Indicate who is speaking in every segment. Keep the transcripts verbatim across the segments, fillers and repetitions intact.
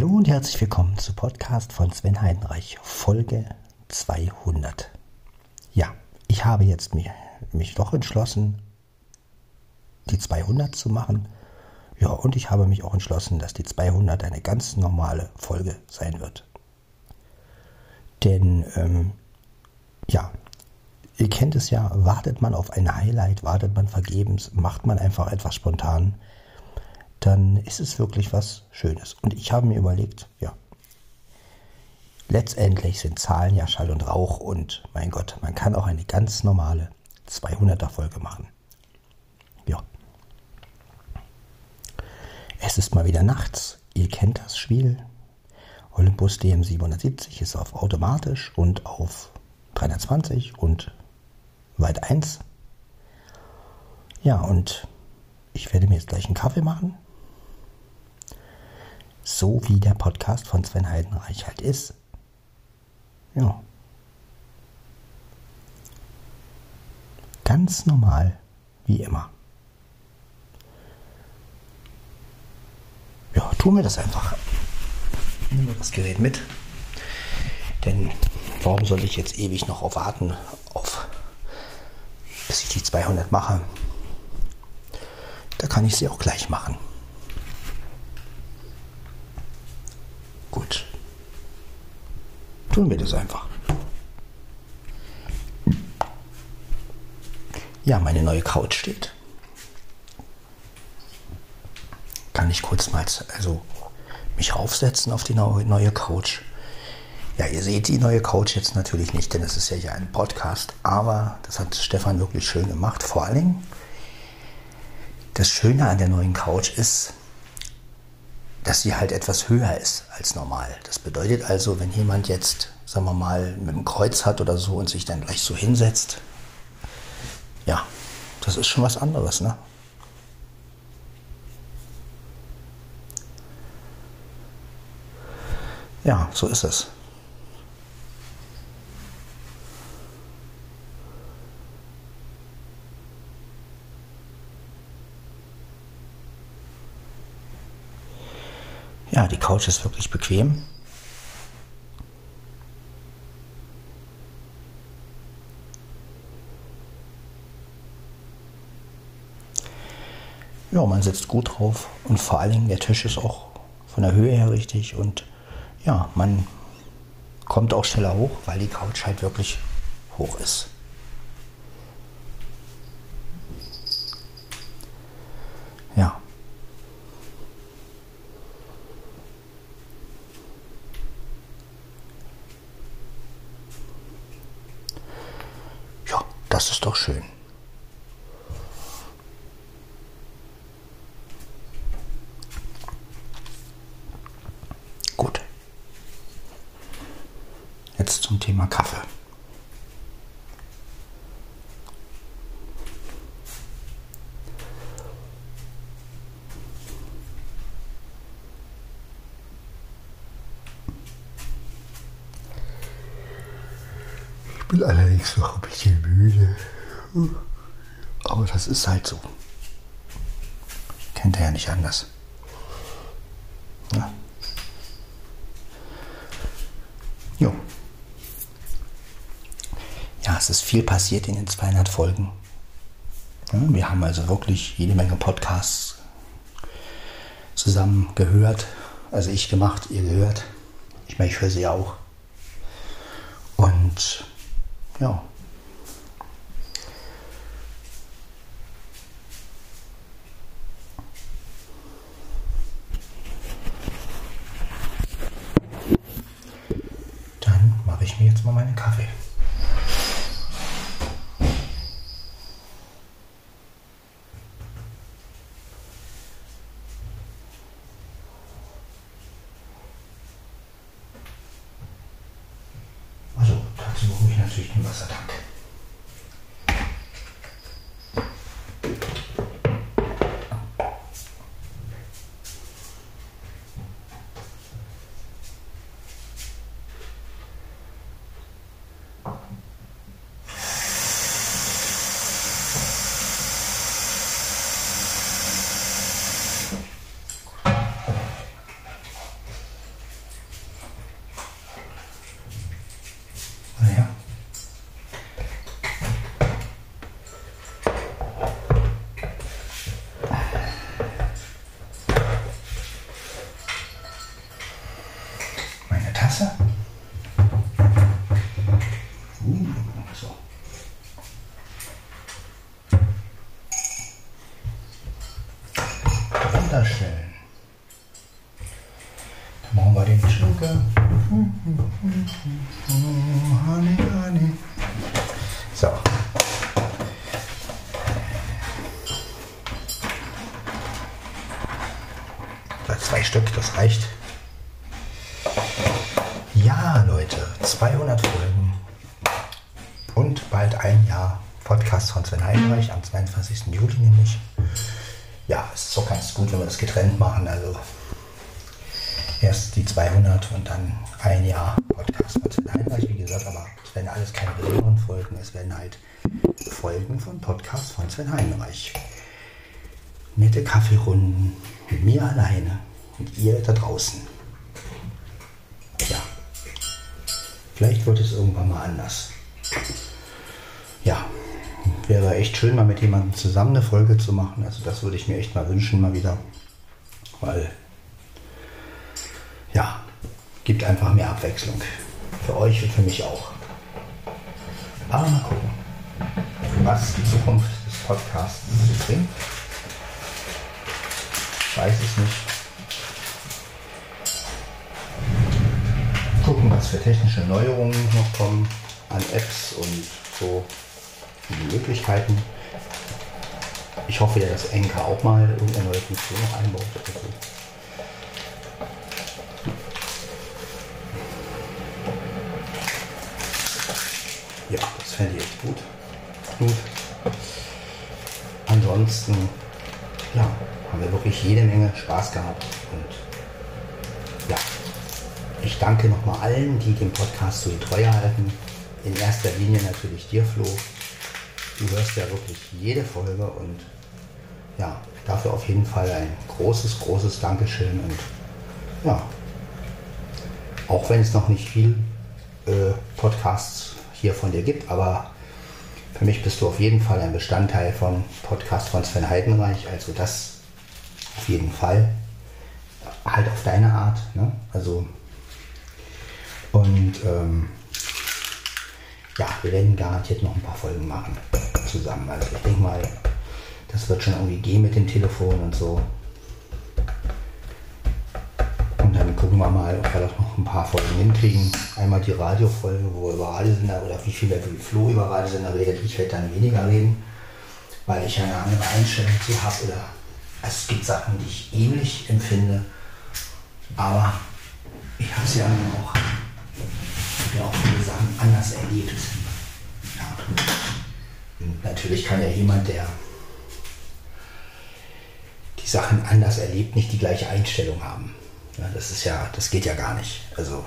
Speaker 1: Hallo und herzlich willkommen zu Podcast von Sven Heidenreich, Folge zweihundert. Ja, ich habe jetzt mir, mich doch entschlossen, die zweihundert zu machen. Ja, und ich habe mich auch entschlossen, dass die zweihundert eine ganz normale Folge sein wird. Denn, ähm, ja, ihr kennt es ja, wartet man auf ein Highlight, wartet man vergebens, macht man einfach etwas spontan, dann ist es wirklich was Schönes. Und ich habe mir überlegt, ja, letztendlich sind Zahlen ja Schall und Rauch und mein Gott, man kann auch eine ganz normale zweihunderter Folge machen. Ja. Es ist mal wieder nachts, ihr kennt das Spiel. Olympus D M siebenhundertsiebzig ist auf automatisch und auf dreihundertzwanzig und weit eins. Ja, und ich werde mir jetzt gleich einen Kaffee machen. So wie der Podcast von Sven Heidenreich halt ist. Ja. Ganz normal, wie immer. Ja, tun wir das einfach. Nehmen wir das Gerät mit. Denn warum soll ich jetzt ewig noch auf warten, auf, bis ich die zweihundert mache? Da kann ich sie auch gleich machen. Gut. Tun wir das einfach. Ja, meine neue Couch steht. Kann ich kurz mal also mich raufsetzen auf die neue Couch. Ja, ihr seht die neue Couch jetzt natürlich nicht, denn es ist ja hier ein Podcast. Aber das hat Stefan wirklich schön gemacht. Vor allen Dingen, das Schöne an der neuen Couch ist, dass sie halt etwas höher ist als normal. Das bedeutet also, wenn jemand jetzt, sagen wir mal, mit einem Kreuz hat oder so und sich dann gleich so hinsetzt, ja, das ist schon was anderes, ne? Ja, so ist es. Ja, die Couch ist wirklich bequem. Ja, man sitzt gut drauf und vor allen Dingen der Tisch ist auch von der Höhe her richtig und ja, man kommt auch schneller hoch, weil die Couch halt wirklich hoch ist. Ja. Ja, das ist doch schön. Gut. Jetzt zum Thema Kaffee. Ich bin allerdings noch ein bisschen müde. Aber das ist halt so. Kennt ihr ja nicht anders. Ja. Jo. Ja, es ist viel passiert in den zweihundert Folgen. Ja, wir haben also wirklich jede Menge Podcasts zusammen gehört. Also ich gemacht, ihr gehört. Ich meine, ich höre sie auch. Und ja. Dann mache ich mir jetzt mal meinen Kaffee. Also, dazu brauche ich natürlich den Wassertank. runterstellen. Dann machen wir den Schlucker. Honey, honey. So. Zwei Stück, das reicht. Ja, Leute, zweihundert Folgen und bald ein Jahr Podcast von Sven Heidenreich am zweiundzwanzigsten Juli nämlich. Ja, es ist doch ganz gut, wenn wir das getrennt machen. Also erst die zweihundert und dann ein Jahr Podcast von Sven Heidenreich, wie gesagt, aber es werden alles keine besonderen Folgen, es werden halt Folgen von Podcast von Sven Heidenreich. Nette Kaffeerunden mit mir alleine und ihr da draußen. Ja, vielleicht wird es irgendwann mal anders. Ja, wäre echt schön, mal mit jemandem zusammen eine Folge zu machen. Also das würde ich mir echt mal wünschen, mal wieder. Weil, ja, gibt einfach mehr Abwechslung. Für euch und für mich auch. Aber mal gucken, was die Zukunft des Podcasts bringt. Ich weiß es nicht. Gucken, was für technische Neuerungen noch kommen an Apps und so die Möglichkeiten. Ich hoffe ja, dass Anchor auch mal irgendeine neue Funktion noch einbaut. Also ja, das fände ich echt gut. Gut. Ansonsten, ja, haben wir wirklich jede Menge Spaß gehabt und ja, ich danke nochmal allen, die den Podcast so treu halten. In erster Linie natürlich dir, Flo. Du hörst ja wirklich jede Folge und ja, dafür auf jeden Fall ein großes, großes Dankeschön und ja, auch wenn es noch nicht viel äh, Podcasts hier von dir gibt, aber für mich bist du auf jeden Fall ein Bestandteil von Podcast von Sven Heidenreich, also das auf jeden Fall, halt auf deine Art, ne? Also und ähm, ja, wir werden garantiert noch ein paar Folgen machen zusammen, also ich denke mal, das wird schon irgendwie gehen mit dem Telefon und so. Und dann gucken wir mal, ob wir doch noch ein paar Folgen hinkriegen. Einmal die Radiofolge, wo wir über Radiosender oder wie viel der Flo über Radiosender redet. Ich werde dann weniger reden, weil ich ja eine andere Einstellung zu habe. Oder es gibt Sachen, die ich ähnlich empfinde. Aber ich habe sie ja auch, ja auch viele Sachen anders erlebt. Ja. Und natürlich kann ja jemand, der die Sachen anders erlebt, nicht die gleiche Einstellung haben. Ja, das ist ja, das geht ja gar nicht. Also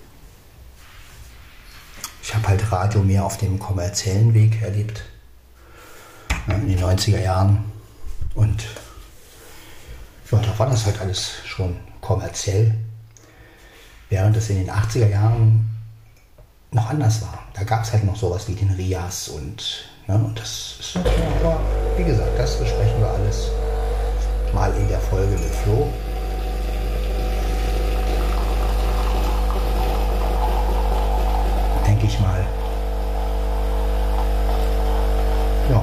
Speaker 1: ich habe halt Radio mehr auf dem kommerziellen Weg erlebt, in den neunziger Jahren. Und ja, da war das halt alles schon kommerziell, während es in den achtziger Jahren noch anders war. Da gab es halt noch sowas wie den Rias und, ne, und das ist, aber wie gesagt, das besprechen wir alles mal in der Folge mit Flo. Denke ich mal. Ja.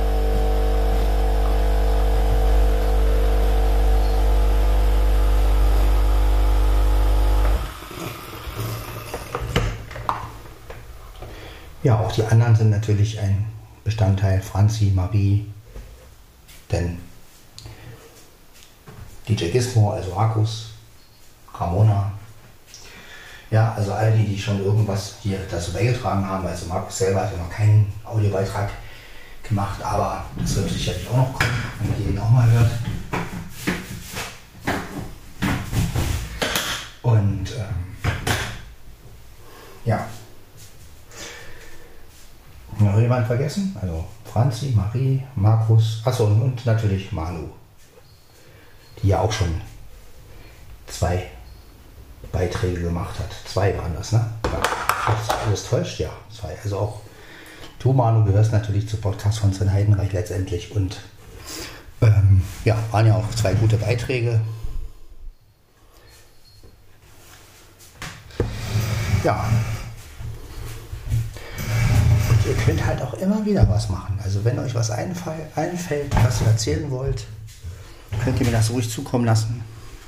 Speaker 1: Ja, auch die anderen sind natürlich ein Bestandteil. Franzi, Marie, denn D J Gizmo, also Markus, Ramona. Ja, also all die, die schon irgendwas hier dazu beigetragen haben. Also Markus selber hat ja noch keinen Audiobeitrag gemacht, aber das wird sicherlich auch noch kommen, wenn ihr ihn auch mal hört. Und ähm, ja. Noch jemand vergessen? Also Franzi, Marie, Markus, achso und natürlich Manu, die ja auch schon zwei Beiträge gemacht hat. Zwei waren das, ne? Ja. Das alles täuscht, ja. Zwei. Also auch du, Manu, gehörst natürlich zu Podcast von Sven Heidenreich letztendlich und ähm, ja, waren ja auch zwei gute Beiträge. Ja. Und ihr könnt halt auch immer wieder was machen. Also wenn euch was einfall, einfällt, was ihr erzählen wollt, könnt ihr mir das ruhig zukommen lassen.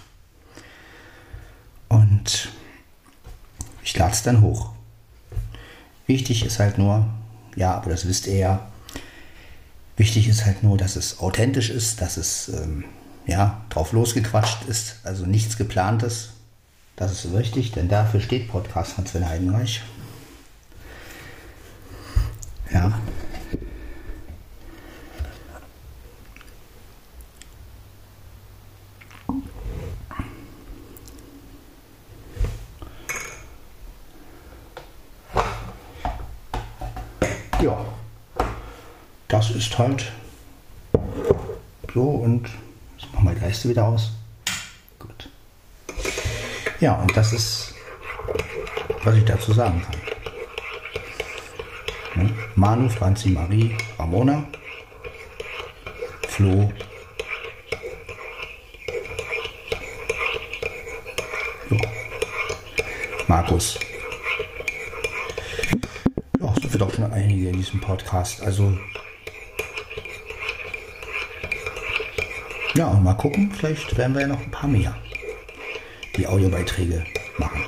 Speaker 1: Und ich lade es dann hoch. Wichtig ist halt nur, ja, aber das wisst ihr ja, wichtig ist halt nur, dass es authentisch ist, dass es ähm, ja, drauf losgequatscht ist, also nichts Geplantes. Das ist wichtig, denn dafür steht Podcast von Sven Heidenreich. Ja. Ja, das ist halt so und jetzt machen wir die Leiste wieder aus. Gut. Ja, und das ist, was ich dazu sagen kann. Ne? Manu, Franzi, Marie, Ramona, Flo, jo. Markus. Ja, es gibt auch schon einige in diesem Podcast. Also ja, und mal gucken, vielleicht werden wir ja noch ein paar mehr, die Audiobeiträge machen.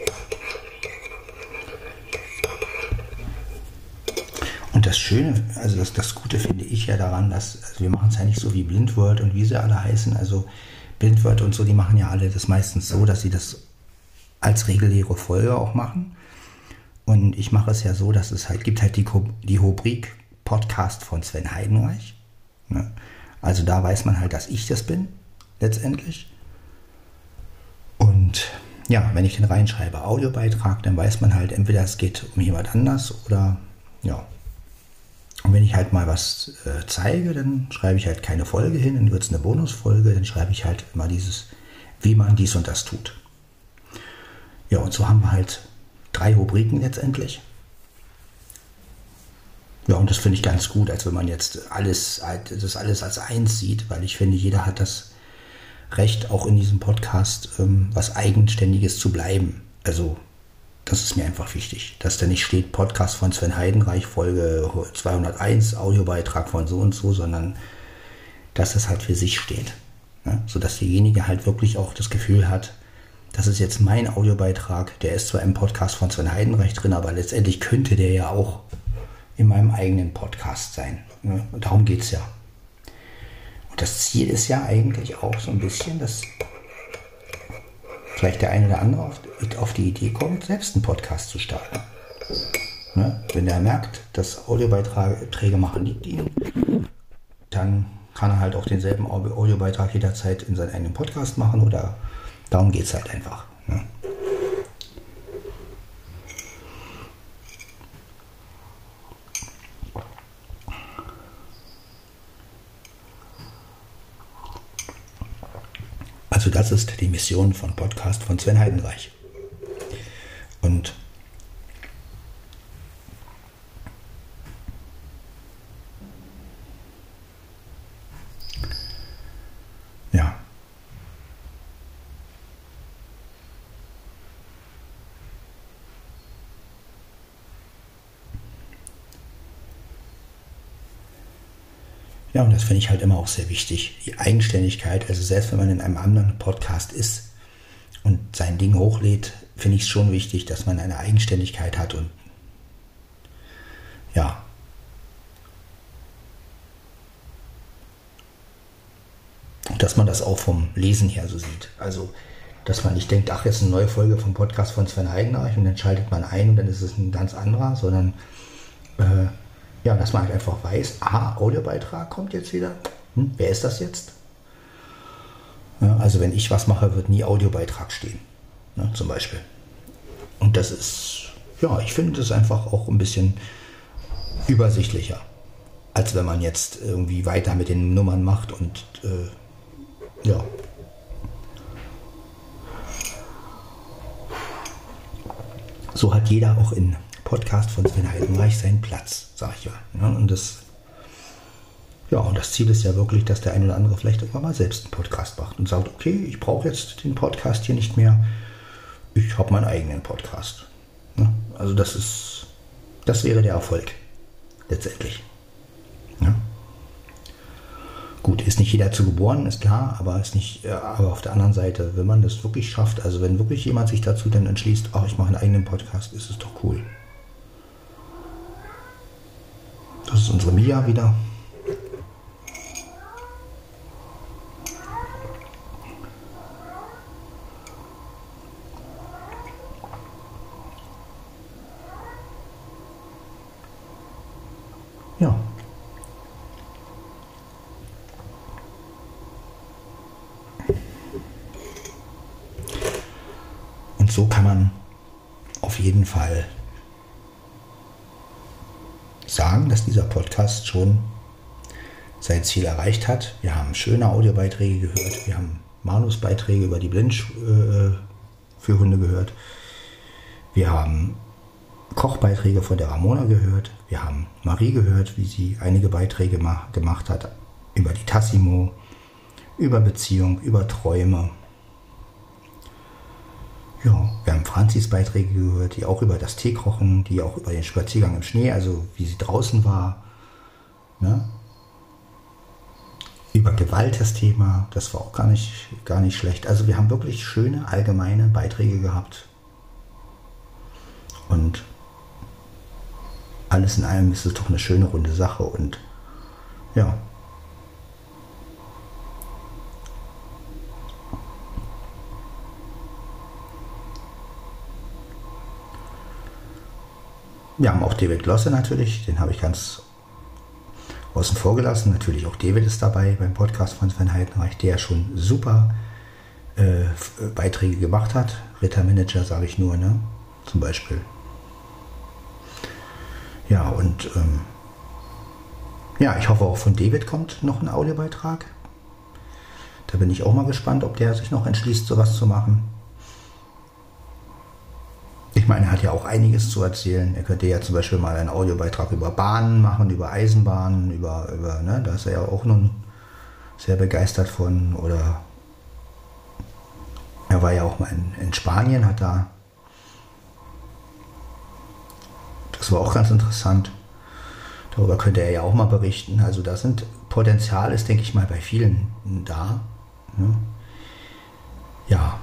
Speaker 1: Und das Schöne, also das, das Gute finde ich ja daran, dass also wir machen es ja nicht so wie Blindword und wie sie alle heißen. Also Blindword und so, die machen ja alle das meistens so, dass sie das als reguläre Folge auch machen. Und ich mache es ja so, dass es halt gibt halt die, die Rubrik Podcast von Sven Heidenreich. Ne? Also da weiß man halt, dass ich das bin, letztendlich. Und ja, wenn ich den reinschreibe, Audiobeitrag, dann weiß man halt, entweder es geht um jemand anders oder ja. Und wenn ich halt mal was äh, zeige, dann schreibe ich halt keine Folge hin, dann wird es eine Bonusfolge, dann schreibe ich halt immer dieses, wie man dies und das tut. Ja, und so haben wir halt drei Rubriken letztendlich. Ja, und das finde ich ganz gut, als wenn man jetzt alles, das alles als eins sieht, weil ich finde, jeder hat das Recht, auch in diesem Podcast ähm, was Eigenständiges zu bleiben. Also, das ist mir einfach wichtig, dass da nicht steht Podcast von Sven Heidenreich, Folge zweihunderteins, Audiobeitrag von so und so, sondern dass das halt für sich steht. Ne? Sodass derjenige halt wirklich auch das Gefühl hat, das ist jetzt mein Audiobeitrag, der ist zwar im Podcast von Sven Heidenreich drin, aber letztendlich könnte der ja auch in meinem eigenen Podcast sein. Ne? Und darum geht es ja. Und das Ziel ist ja eigentlich auch so ein bisschen, dass vielleicht der eine oder andere auf, auf die Idee kommt, selbst einen Podcast zu starten. Ne? Wenn der merkt, dass Audiobeiträge machen liegt ihm, dann kann er halt auch denselben Audiobeitrag jederzeit in seinen eigenen Podcast machen oder darum geht es halt einfach. Ne? Also das ist die Mission von Podcast von Sven Heidenreich. Und ja. Ja, und das finde ich halt immer auch sehr wichtig. Die Eigenständigkeit, also selbst wenn man in einem anderen Podcast ist und sein Ding hochlädt, finde ich es schon wichtig, dass man eine Eigenständigkeit hat und ja. Und dass man das auch vom Lesen her so sieht. Also, dass man nicht denkt, ach, jetzt eine neue Folge vom Podcast von Sven Heidenreich und dann schaltet man ein und dann ist es ein ganz anderer, sondern äh, ja, dass man halt einfach weiß, ah, Audiobeitrag kommt jetzt wieder. Hm, wer ist das jetzt? Ja, also wenn ich was mache, wird nie Audiobeitrag stehen. Ne, zum Beispiel. Und das ist, ja, ich finde das einfach auch ein bisschen übersichtlicher, als wenn man jetzt irgendwie weiter mit den Nummern macht und äh, ja. So hat jeder auch in Podcast von Sven Heidenreich seinen Platz, sag ich ja. ja. Und das, ja, und das Ziel ist ja wirklich, dass der eine oder andere vielleicht irgendwann mal selbst einen Podcast macht und sagt, okay, ich brauche jetzt den Podcast hier nicht mehr, ich habe meinen eigenen Podcast. Ja. Also das ist, das wäre der Erfolg letztendlich. Ja. Gut, ist nicht jeder zu geboren, ist klar, aber ist nicht, äh, aber auf der anderen Seite, wenn man das wirklich schafft, also wenn wirklich jemand sich dazu dann entschließt, ach, ich mache einen eigenen Podcast, ist es doch cool. Das ist unsere Mia wieder. Ja. Und so kann man auf jeden Fall sagen, dass dieser Podcast schon sein Ziel erreicht hat. Wir haben schöne Audiobeiträge gehört, wir haben Manus Beiträge über die Blindführhunde gehört, wir haben Kochbeiträge von der Ramona gehört, wir haben Marie gehört, wie sie einige Beiträge ma- gemacht hat über die Tassimo, über Beziehung, über Träume. Ja, wir haben Franzis Beiträge gehört, die auch über das Teekochen, die auch über den Spaziergang im Schnee, also wie sie draußen war. Ne? Über Gewalt das Thema, das war auch gar nicht, gar nicht schlecht. Also wir haben wirklich schöne, allgemeine Beiträge gehabt. Und alles in allem ist es doch eine schöne, runde Sache. Und ja, wir haben auch David Glosse natürlich, den habe ich ganz außen vor gelassen. Natürlich auch David ist dabei beim Podcast von Sven Heidenreich, der schon super äh, Beiträge gemacht hat. Rittermanager sage ich nur, ne? Zum Beispiel. Ja, und ähm, ja, ich hoffe auch von David kommt noch ein Audiobeitrag. Da bin ich auch mal gespannt, ob der sich noch entschließt, sowas zu machen. Ich meine, er hat ja auch einiges zu erzählen. Er könnte ja zum Beispiel mal einen Audiobeitrag über Bahnen machen, über Eisenbahnen, über, über ne, da ist er ja auch nun sehr begeistert von. Oder er war ja auch mal in, in Spanien, hat da, das war auch ganz interessant. Darüber könnte er ja auch mal berichten. Also da sind Potenzial ist, denke ich mal, bei vielen da. Ne? Ja.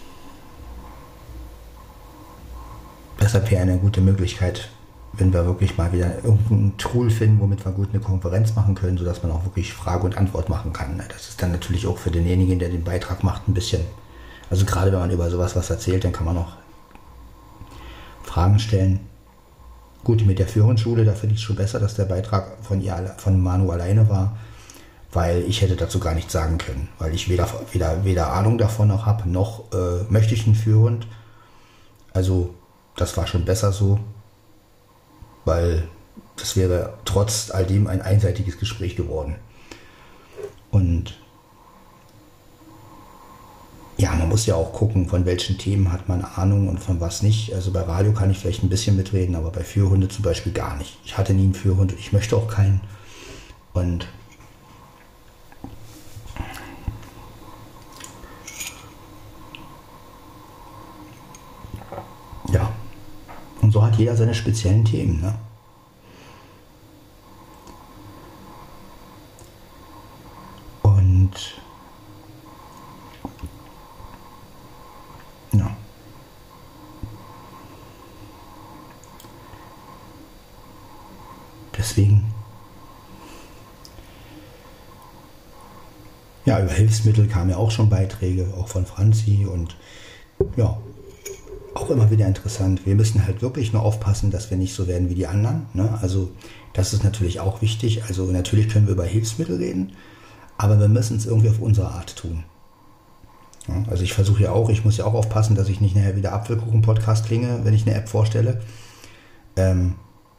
Speaker 1: Deshalb wäre eine gute Möglichkeit, wenn wir wirklich mal wieder irgendein Tool finden, womit wir gut eine Konferenz machen können, sodass man auch wirklich Frage und Antwort machen kann. Das ist dann natürlich auch für denjenigen, der den Beitrag macht, ein bisschen, also gerade wenn man über sowas was erzählt, dann kann man auch Fragen stellen. Gut, mit der Führungsschule, da finde ich es schon besser, dass der Beitrag von ihr, von Manu alleine war, weil ich hätte dazu gar nichts sagen können, weil ich weder, weder, weder Ahnung davon noch habe, noch äh, möchte ich einen Führhund. Also das war schon besser so, weil das wäre trotz all dem ein einseitiges Gespräch geworden. Und ja, man muss ja auch gucken, von welchen Themen hat man Ahnung und von was nicht. Also bei Radio kann ich vielleicht ein bisschen mitreden, aber bei Führhunde zum Beispiel gar nicht. Ich hatte nie einen Führhund und ich möchte auch keinen. Und ja, und so hat jeder seine speziellen Themen, ne? Und ja. Deswegen ja, über Hilfsmittel kamen ja auch schon Beiträge, auch von Franzi und ja, auch immer wieder interessant. Wir müssen halt wirklich nur aufpassen, dass wir nicht so werden wie die anderen, ne? Also das ist natürlich auch wichtig. Also natürlich können wir über Hilfsmittel reden, aber wir müssen es irgendwie auf unsere Art tun. Ja, also ich versuche ja auch, ich muss ja auch aufpassen, dass ich nicht nachher wieder Apfelkuchen-Podcast klinge, wenn ich eine App vorstelle. Ähm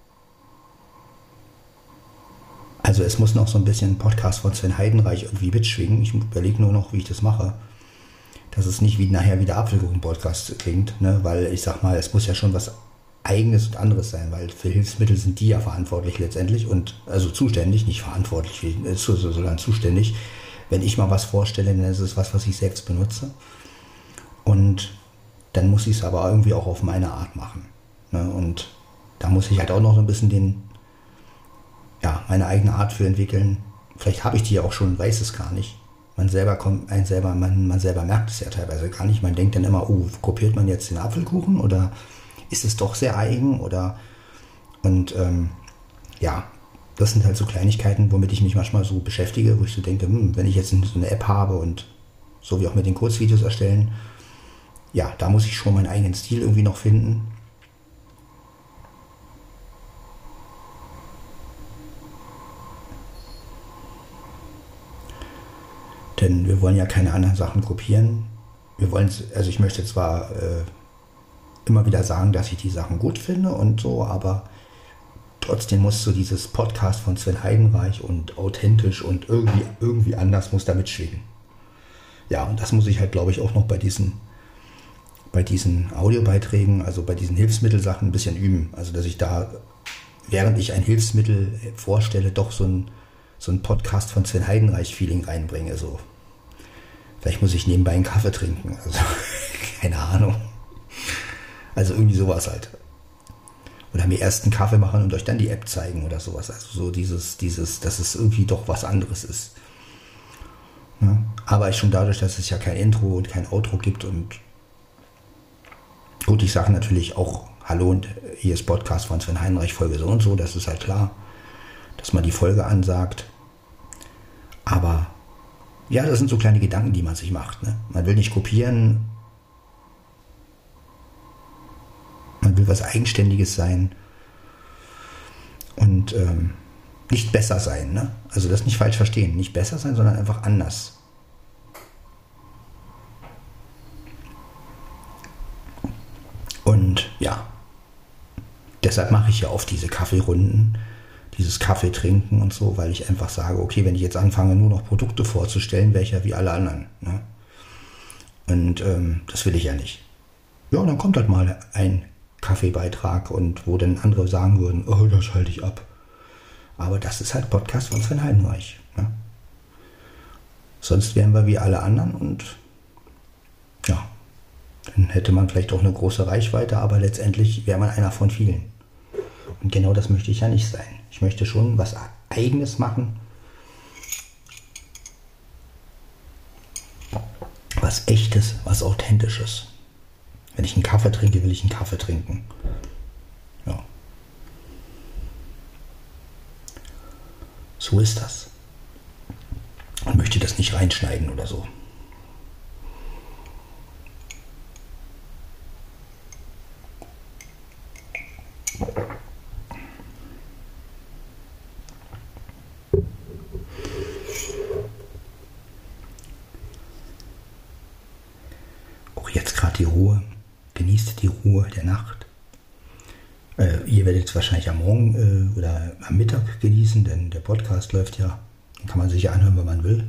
Speaker 1: also es muss noch so ein bisschen Podcast von Sven Heidenreich irgendwie mitschwingen. Ich überlege nur noch, wie ich das mache. Dass es nicht wie nachher wieder Apfelkuchen-Podcast klingt, ne? Weil ich sag mal, es muss ja schon was Eigenes und anderes sein, weil für Hilfsmittel sind die ja verantwortlich letztendlich und also zuständig, nicht verantwortlich, sondern zuständig. Wenn ich mal was vorstelle, dann ist es was, was ich selbst benutze. Und dann muss ich es aber irgendwie auch auf meine Art machen. Ne? Und da muss ich halt auch noch so ein bisschen den, ja, meine eigene Art für entwickeln, vielleicht habe ich die ja auch schon und weiß es gar nicht. Man selber kommt, ein selber, man, man selber merkt es ja teilweise gar nicht. Man denkt dann immer, oh, kopiert man jetzt den Apfelkuchen oder ist es doch sehr eigen oder und ähm, ja, das sind halt so Kleinigkeiten, womit ich mich manchmal so beschäftige, wo ich so denke, hm, wenn ich jetzt so eine App habe und so wie auch mit den Kurzvideos erstellen, ja, da muss ich schon meinen eigenen Stil irgendwie noch finden. Denn wir wollen ja keine anderen Sachen kopieren. Wir wollen, also ich möchte zwar äh, immer wieder sagen, dass ich die Sachen gut finde und so, aber trotzdem muss so dieses Podcast von Sven Heidenreich und authentisch und irgendwie, irgendwie anders muss da mitschwingen. Ja, und das muss ich halt, glaube ich, auch noch bei diesen, bei diesen Audiobeiträgen, also bei diesen Hilfsmittelsachen ein bisschen üben. Also, dass ich da, während ich ein Hilfsmittel vorstelle, doch so ein, so ein Podcast von Sven Heidenreich-Feeling reinbringe. So. Vielleicht muss ich nebenbei einen Kaffee trinken. Also, keine Ahnung. Also irgendwie sowas halt. Oder mir erst einen Kaffee machen und euch dann die App zeigen oder sowas. Also so dieses, dieses, dass es irgendwie doch was anderes ist. Ja, aber ich schon dadurch, dass es ja kein Intro und kein Outro gibt und gut, ich sage natürlich auch Hallo und hier ist Podcast von Sven Heidenreich, Folge so und so, das ist halt klar, dass man die Folge ansagt. Aber ja, das sind so kleine Gedanken, die man sich macht. Ne? Man will nicht kopieren, man will was Eigenständiges sein und ähm, nicht besser sein. Ne? Also das nicht falsch verstehen. Nicht besser sein, sondern einfach anders. Und ja, deshalb mache ich ja oft diese Kaffeerunden, dieses Kaffee trinken und so, weil ich einfach sage, okay, wenn ich jetzt anfange, nur noch Produkte vorzustellen, wäre ich ja wie alle anderen. Ne? Und ähm, das will ich ja nicht. Ja, und dann kommt halt mal ein Kaffeebeitrag und wo dann andere sagen würden, oh, das schalte ich ab. Aber das ist halt Podcast von Sven Heidenreich. Ne? Sonst wären wir wie alle anderen und ja, dann hätte man vielleicht auch eine große Reichweite, aber letztendlich wäre man einer von vielen. Und genau das möchte ich ja nicht sein. Ich möchte schon was Eigenes machen, was Echtes, was Authentisches. Wenn ich einen Kaffee trinke, will ich einen Kaffee trinken. Ja. So ist das. Und möchte das nicht reinschneiden oder so. Auch jetzt gerade die Ruhe. Genießt die Ruhe der Nacht. Äh, ihr werdet es wahrscheinlich am Morgen äh, oder am Mittag genießen, denn der Podcast läuft ja. Den kann man sich ja anhören, wenn man will.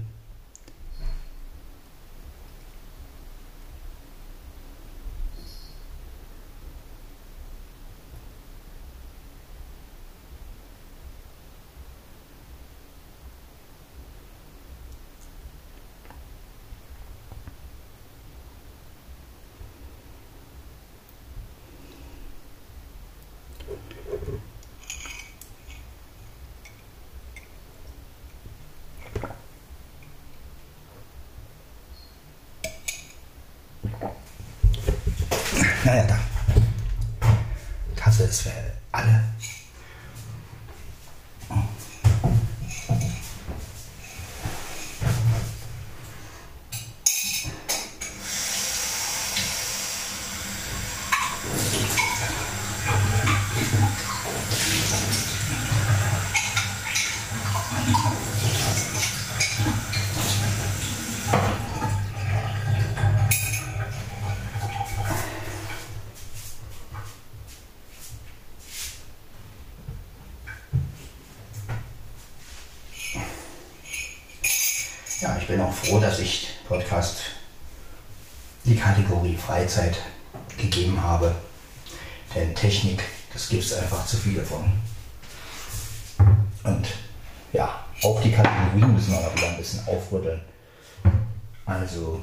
Speaker 1: Naja, da. Kasse ist für alle. Ja, ich bin auch froh, dass ich Podcast die Kategorie Freizeit gegeben habe. Denn Technik, das gibt es einfach zu viele von. Und ja, auch die Kategorien müssen wir aber wieder ein bisschen aufrütteln. Also,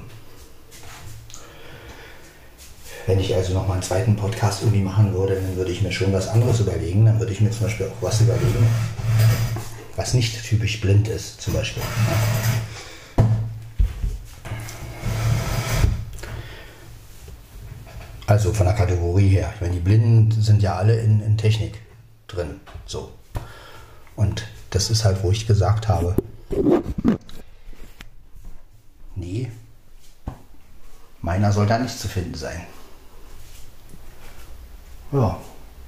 Speaker 1: wenn ich also nochmal einen zweiten Podcast irgendwie machen würde, dann würde ich mir schon was anderes überlegen. Dann würde ich mir zum Beispiel auch was überlegen, was nicht typisch blind ist, zum Beispiel. Also von der Kategorie her. Ich meine, die Blinden sind ja alle in, in Technik drin. So. Und das ist halt, wo ich gesagt habe, nee, meiner soll da nicht zu finden sein. Ja.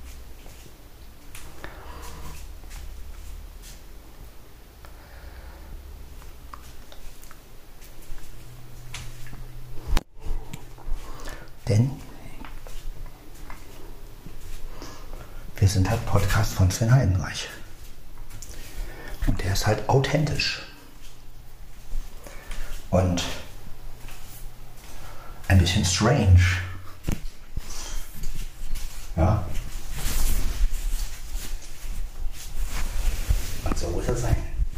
Speaker 1: Denn wir sind halt Podcast von Sven Heidenreich. Und der ist halt authentisch. Und ein bisschen strange. Ja. Und so muss er sein.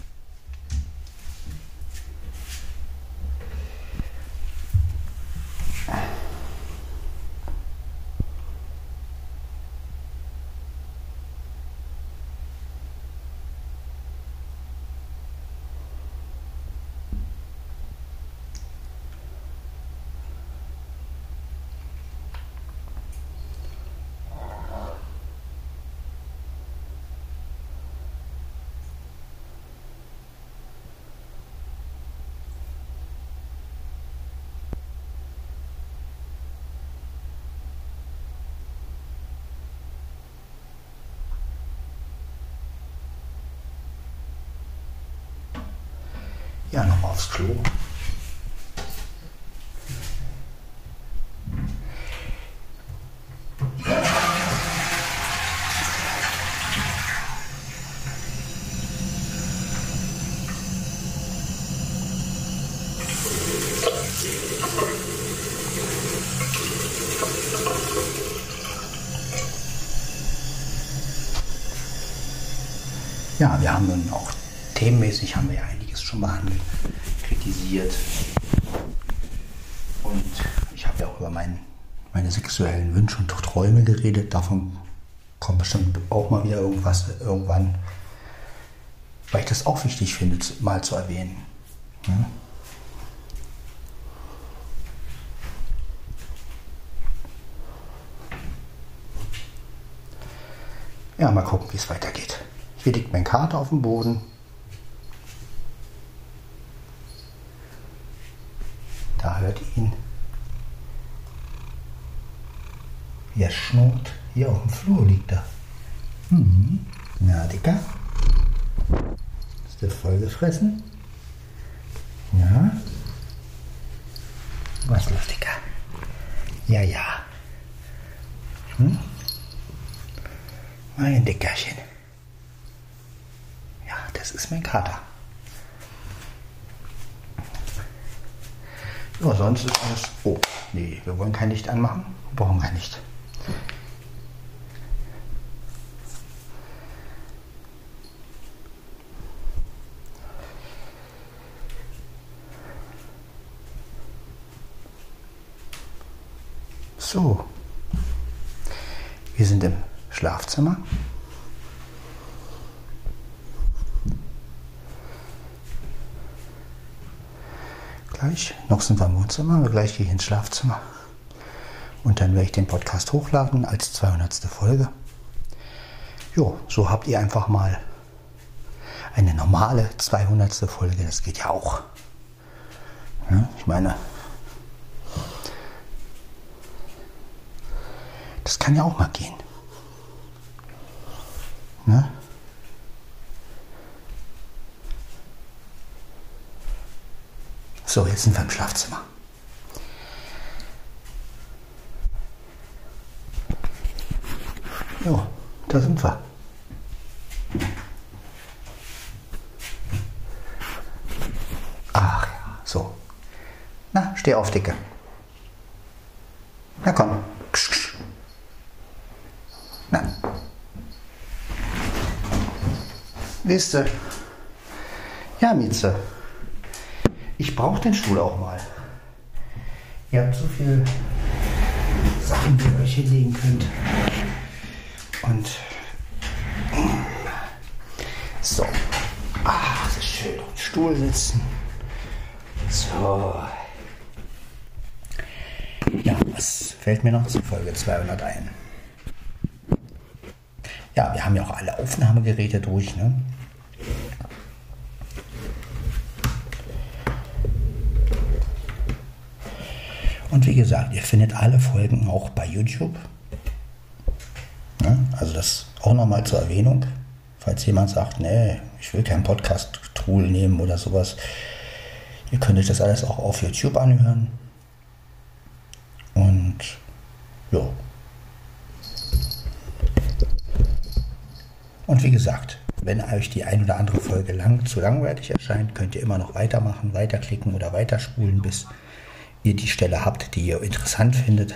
Speaker 1: Ja, noch aufs Klo. Ja, wir haben nun auch themenmäßig haben wir ja einiges schon behandelt, kritisiert. Und ich habe ja auch über mein, meine sexuellen Wünsche und Träume geredet. Davon kommt bestimmt auch mal wieder irgendwas irgendwann. Weil ich das auch wichtig finde, mal zu erwähnen. Ja? Ja, mal gucken, wie es weitergeht. Hier liegt mein Kater auf dem Boden. Da hört ihr ihn. Wie er schnurrt. Hier auf dem Flur liegt er. Mhm. Na, Dicker. Ist der voll gefressen? Ja. Was los, Dicker? Ja, ja. Hm? Mein Dickerchen. Ja, das ist mein Kater. Ja, sonst ist alles... Oh, nee, wir wollen kein Licht anmachen. Wir brauchen kein Licht. So. Wir sind im Schlafzimmer. Gleich, noch sind wir im Wohnzimmer, aber gleich gehe ich ins Schlafzimmer. Und dann werde ich den Podcast hochladen als zweihundertste Folge. Jo, so habt ihr einfach mal eine normale zweihundertste Folge. Das geht ja auch. Ja, ich meine, das kann ja auch mal gehen. Ne? So, jetzt sind wir im Schlafzimmer. Jo, da sind wir. Ach ja, so. Na, steh auf, Dicke. Na komm. Na. Wisst ihr? Ja, Mieze. Ich brauche den Stuhl auch mal. Ihr habt so viele Sachen, die ihr euch hinlegen könnt. Und so. Stuhl sitzen. So. Ja, was fällt mir noch zu Folge zweihundert ein? Ja, wir haben ja auch alle Aufnahmegeräte durch, ne? Und wie gesagt, ihr findet alle Folgen auch bei YouTube. Ja, also das auch nochmal zur Erwähnung. Falls jemand sagt, nee, ich will kein Podcast-Tool nehmen oder sowas. Ihr könnt euch das alles auch auf YouTube anhören. Und ja. Und wie gesagt, wenn euch die ein oder andere Folge lang zu langweilig erscheint, könnt ihr immer noch weitermachen, weiterklicken oder weiterspulen, bis ihr die Stelle habt, die ihr interessant findet.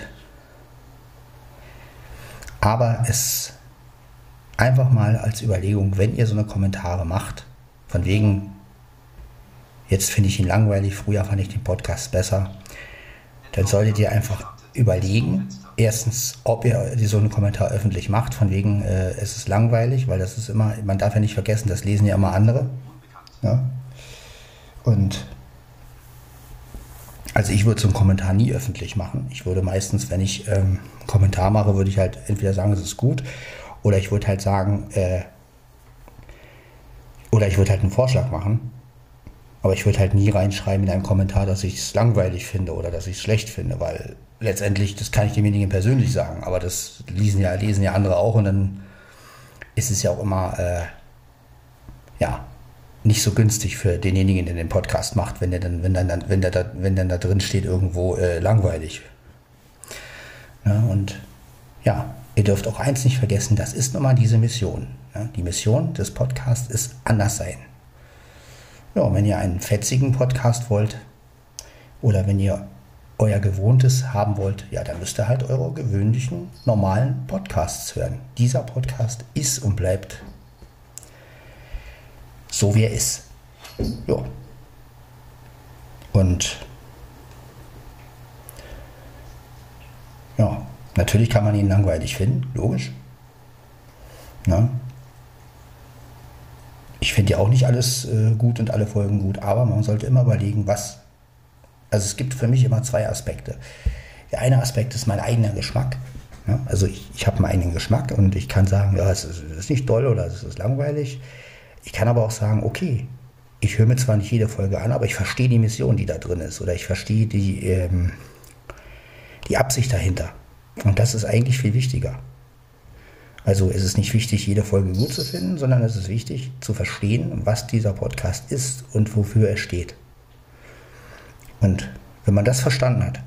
Speaker 1: Aber es einfach mal als Überlegung, wenn ihr so eine Kommentare macht, von wegen, jetzt finde ich ihn langweilig, früher fand ich den Podcast besser, dann solltet ihr einfach überlegen, erstens, ob ihr so einen Kommentar öffentlich macht, von wegen, äh, es ist langweilig, weil das ist immer, man darf ja nicht vergessen, das lesen ja immer andere. Ja? Und also ich würde so einen Kommentar nie öffentlich machen. Ich würde meistens, wenn ich ähm, einen Kommentar mache, würde ich halt entweder sagen, es ist gut, oder ich würde halt sagen, äh, oder ich würde halt einen Vorschlag machen, aber ich würde halt nie reinschreiben in einen Kommentar, dass ich es langweilig finde oder dass ich es schlecht finde, weil letztendlich, das kann ich demjenigen persönlich sagen, aber das lesen ja, lesen ja andere auch und dann ist es ja auch immer, äh, ja, nicht so günstig für denjenigen, der den Podcast macht, wenn der dann, wenn dann, wenn der da, wenn dann da drin steht irgendwo äh, langweilig. Ja, und ja, ihr dürft auch eins nicht vergessen, das ist nun mal diese Mission. Ja, die Mission des Podcasts ist anders sein. Ja, und wenn ihr einen fetzigen Podcast wollt oder wenn ihr euer Gewohntes haben wollt, ja, dann müsst ihr halt eure gewöhnlichen, normalen Podcasts hören. Dieser Podcast ist und bleibt so, wie er ist. Ja. Und ja, natürlich kann man ihn langweilig finden, logisch. Na? Ich finde ja auch nicht alles äh, gut und alle Folgen gut, aber man sollte immer überlegen, was. Also es gibt für mich immer zwei Aspekte. Der eine Aspekt ist mein eigener Geschmack. Ja? Also ich, ich habe meinen eigenen Geschmack und ich kann sagen, ja, es ist, es ist nicht toll oder es ist langweilig. Ich kann aber auch sagen, okay, ich höre mir zwar nicht jede Folge an, aber ich verstehe die Mission, die da drin ist. Oder ich verstehe die, ähm, die Absicht dahinter. Und das ist eigentlich viel wichtiger. Also es ist nicht wichtig, jede Folge gut zu finden, sondern es ist wichtig zu verstehen, was dieser Podcast ist und wofür er steht. Und wenn man das verstanden hat,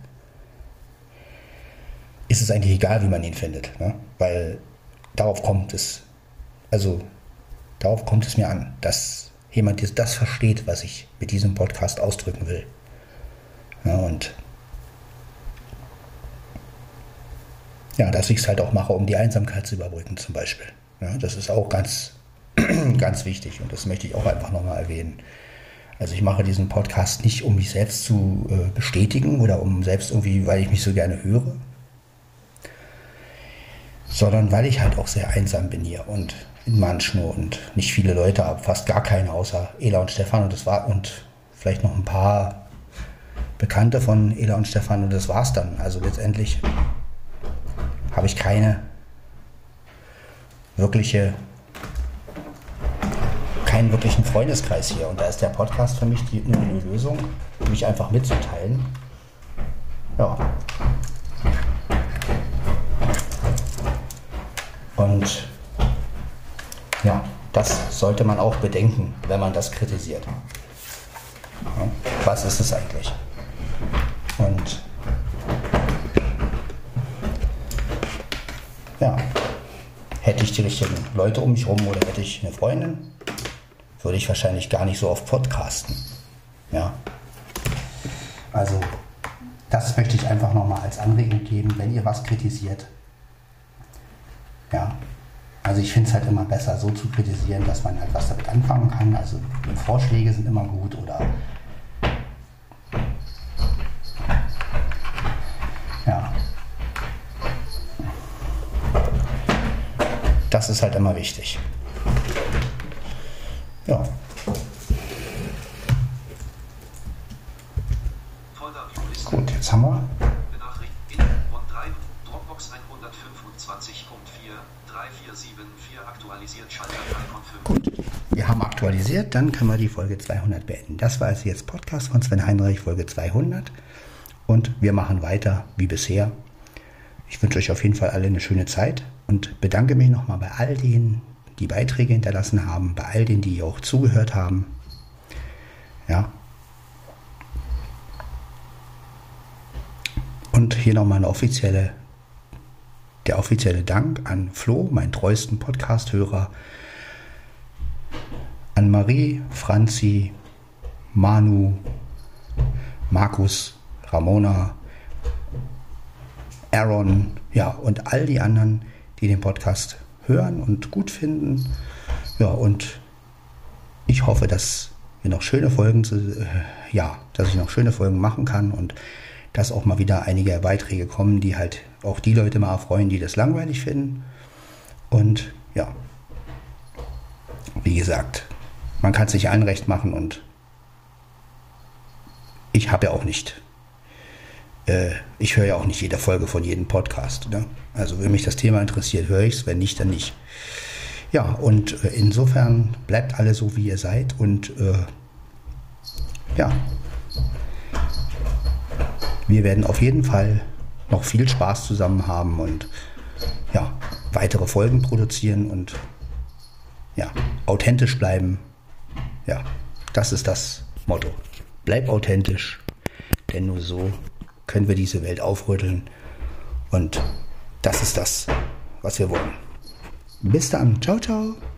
Speaker 1: ist es eigentlich egal, wie man ihn findet. Ne? Weil darauf kommt es, also darauf kommt es mir an, dass jemand das versteht, was ich mit diesem Podcast ausdrücken will. Ja, und ja, dass ich es halt auch mache, um die Einsamkeit zu überbrücken zum Beispiel. Ja, das ist auch ganz, ganz wichtig und das möchte ich auch einfach nochmal erwähnen. Also ich mache diesen Podcast nicht, um mich selbst zu äh, bestätigen oder um selbst irgendwie, weil ich mich so gerne höre, sondern weil ich halt auch sehr einsam bin hier und in Manschnow und nicht viele Leute habe, fast gar keine, außer Ela und Stefan und das war und vielleicht noch ein paar Bekannte von Ela und Stefan und das war's dann. Also letztendlich habe ich keine wirkliche, keinen wirklichen Freundeskreis hier. Und da ist der Podcast für mich die, eine Lösung, mich einfach mitzuteilen. Ja. Und ja, das sollte man auch bedenken, wenn man das kritisiert. Ja, was ist es eigentlich? Und ja, hätte ich die richtigen Leute um mich herum oder hätte ich eine Freundin, würde ich wahrscheinlich gar nicht so oft podcasten. Ja. Also, das möchte ich einfach nochmal als Anregung geben, wenn ihr was kritisiert. Ja. Also ich finde es halt immer besser, so zu kritisieren, dass man halt was damit anfangen kann. Also Vorschläge sind immer gut oder ja. Das ist halt immer wichtig. Ja. Was haben wir?
Speaker 2: Benachrichtigung drei, Dropbox hundertfünfundzwanzig Punkt vier, drei vier sieben vier aktualisiert, Schalter drei von fünf.
Speaker 1: Gut, wir haben aktualisiert, dann können wir die Folge zweihundert beenden. Das war also jetzt Podcast von Sven Heinrich, Folge zweihundert. Und wir machen weiter wie bisher. Ich wünsche euch auf jeden Fall alle eine schöne Zeit und bedanke mich nochmal bei all denen, die Beiträge hinterlassen haben, bei all denen, die auch zugehört haben. Ja. Und hier nochmal eine offizielle, der offizielle Dank an Flo, meinen treuesten Podcast-Hörer, an Marie, Franzi, Manu, Markus, Ramona, Aaron, ja, und all die anderen, die den Podcast hören und gut finden. Ja, und ich hoffe, dass wir noch schöne Folgen, äh, ja, dass ich noch schöne Folgen machen kann und dass auch mal wieder einige Beiträge kommen, die halt auch die Leute mal erfreuen, die das langweilig finden. Und ja, wie gesagt, man kann es sich allen recht machen und ich habe ja auch nicht, äh, ich höre ja auch nicht jede Folge von jedem Podcast. Ne? Also wenn mich das Thema interessiert, höre ich es, wenn nicht, dann nicht. Ja, und äh, insofern bleibt alle so, wie ihr seid und äh, ja, wir werden auf jeden Fall noch viel Spaß zusammen haben und ja, weitere Folgen produzieren und ja, authentisch bleiben. Ja, das ist das Motto. Bleib authentisch, denn nur so können wir diese Welt aufrütteln und das ist das, was wir wollen. Bis dann. Ciao, ciao.